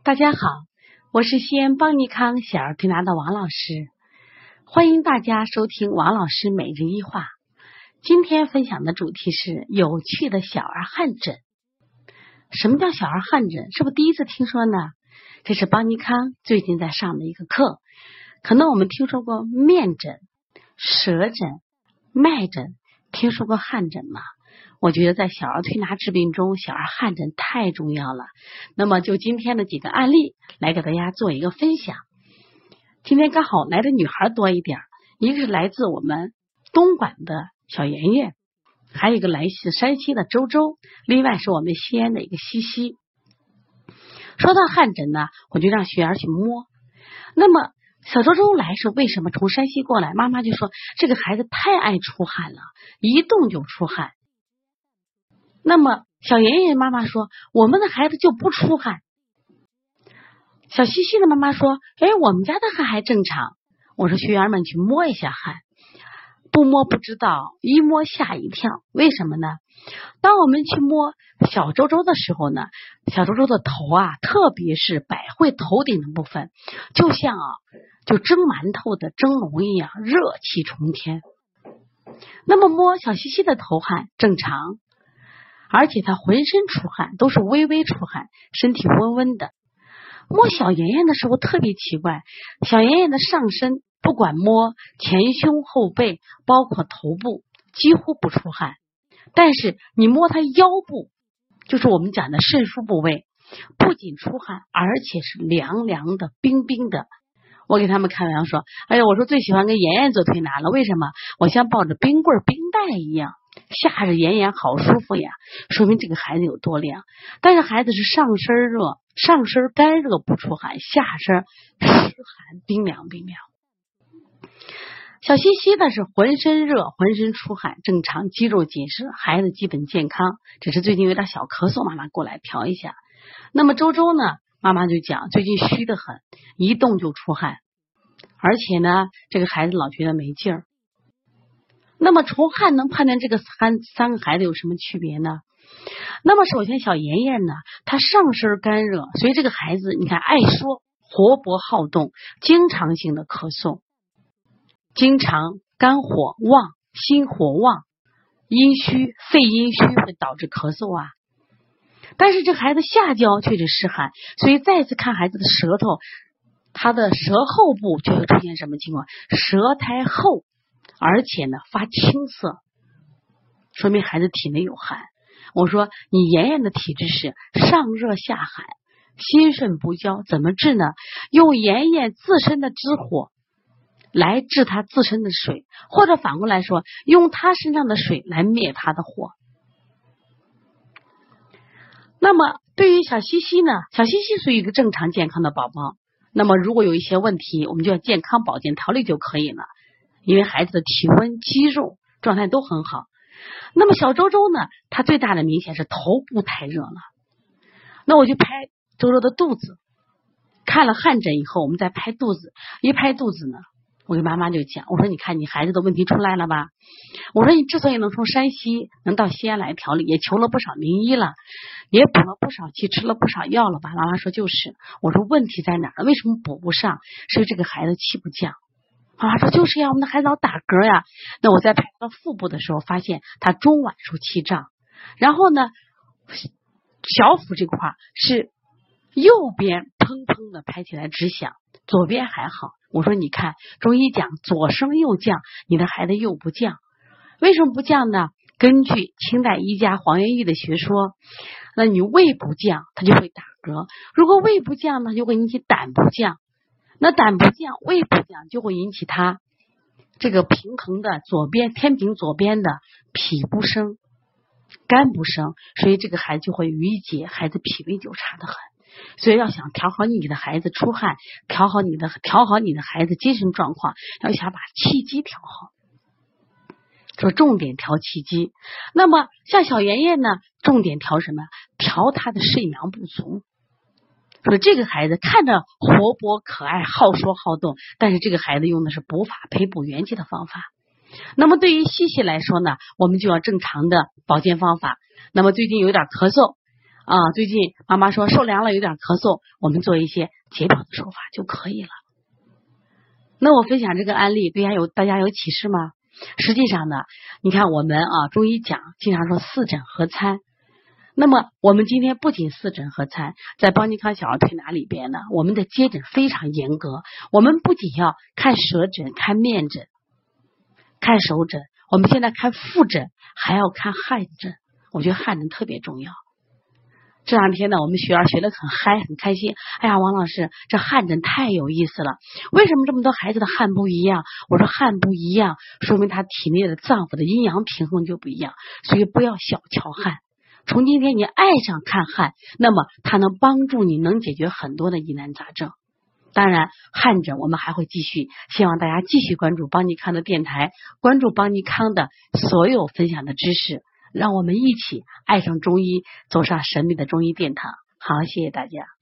大家好，我是西安邦尼康小儿推拿的王老师，欢迎大家收听王老师每日一话。今天分享的主题是有趣的小儿汗疹。什么叫小儿汗疹？是不是第一次听说呢？这是邦尼康最近在上的一个课。可能我们听说过面疹、舌疹、脉疹，听说过汗疹吗？我觉得在小儿推拿治病中，小儿汗疹太重要了。那么就今天的几个案例来给大家做一个分享。今天刚好来的女孩多一点，一个是来自我们东莞的小妍妍，还有一个来自山西的周周，另外是我们西安的一个西西。说到汗疹呢，我就让学员去摸。那么小周周来是为什么？从山西过来，妈妈就说这个孩子太爱出汗了，一动就出汗。那么小妍妍妈妈说我们的孩子就不出汗。小西西的妈妈说我们家的汗还正常。我说学员们去摸一下汗，不摸不知道，一摸吓一跳。为什么呢？当我们去摸小周周的时候呢，小周周的头啊，特别是百会头顶的部分，就像就蒸馒头的蒸笼一样，热气冲天。那么摸小西西的头汗正常，而且他浑身出汗，都是微微出汗，身体温温的。摸小妍妍的时候特别奇怪，小妍妍的上身不管摸前胸后背，包括头部，几乎不出汗。但是你摸她腰部，就是我们讲的肾腧部位，不仅出汗，而且是凉凉的、冰冰的。我给他们开玩笑说，我说最喜欢跟妍妍做推拿了，为什么？我像抱着冰棍冰袋一样，吓着妍妍好舒服呀，说明这个孩子有多凉。但是孩子是上身热，上身干热不出汗，下身湿寒冰凉冰凉。小西西呢是浑身热，浑身出汗，正常，肌肉紧实，孩子基本健康，只是最近有点小咳嗽，妈妈过来调一下。那么周周呢，妈妈就讲最近虚得很，一动就出汗，而且呢这个孩子老觉得没劲儿。那么从汗能判断这个三个孩子有什么区别呢？那么首先小妍妍呢，她上身干热，所以这个孩子你看爱说，活泼好动，经常性的咳嗽，经常肝火旺，心火旺，阴虚，肺阴虚会导致咳嗽啊。但是这孩子下焦却是湿寒，所以再次看孩子的舌头，他的舌后部就会出现什么情况？舌苔厚，而且呢发青色，说明孩子体内有寒。我说你妍妍的体质是上热下寒，心肾不交，怎么治呢？用妍妍自身的之火来治他自身的水，或者反过来说，用他身上的水来灭他的火。那么对于小西西呢，小西西属于一个正常健康的宝宝，那么如果有一些问题，我们就要健康保健调理就可以了，因为孩子的体温、肌肉状态都很好。那么小周周呢，他最大的明显是头部太热了。那我就拍周周的肚子，看了汗疹以后，我们再拍肚子，一拍肚子呢，我给妈妈就讲，我说你看你孩子的问题出来了吧？我说你之所以能从山西能到西安来调理，也求了不少名医了，也补了不少气，吃了不少药了吧？妈妈说就是。我说问题在哪儿？为什么补不上？是这个孩子气不降。妈妈说就是呀，我们的孩子老打嗝呀。那我在拍他腹部的时候，发现他中脘处气胀，然后呢小腹这块是右边砰砰的拍起来直响，左边还好。我说你看中医讲左升右降，你的孩子又不降，为什么不降呢？根据清代医家黄元玉的学说，那你胃不降他就会打嗝，如果胃不降呢，就会引起胆不降，那胆不降胃不降，就会引起他这个平衡的左边天平左边的脾不升肝不升，所以这个孩子就会淤结，孩子脾胃就差得很。所以要想调好你的孩子出汗，调好你的孩子精神状况，要想把气机调好，说重点调气机。那么像小妍妍呢，重点调什么？调他的肾阳不足。说这个孩子看着活泼可爱，好说好动，但是这个孩子用的是补法培补元气的方法。那么对于西西来说呢，我们就要正常的保健方法。那么最近有点咳嗽最近妈妈说受凉了有点咳嗽，我们做一些解表的手法就可以了。那我分享这个案例对大家有启示吗？实际上呢，你看我们中医讲经常说四诊合参，那么我们今天不仅四诊合参，在邦尼康小儿推拿里边呢，我们的接诊非常严格，我们不仅要看舌诊、看面诊、看手诊，我们现在看腹诊还要看汗诊，我觉得汗诊特别重要。这两天呢，我们学儿学得很嗨很开心，哎呀，王老师这汗诊太有意思了，为什么这么多孩子的汗不一样？我说汗不一样说明他体内的脏腑的阴阳平衡就不一样，所以不要小瞧汗。从今天你爱上看汗，那么它能帮助你能解决很多的疑难杂症。当然汗诊我们还会继续，希望大家继续关注邦尼康的电台，关注邦尼康的所有分享的知识，让我们一起爱上中医，走上神秘的中医殿堂。好，谢谢大家。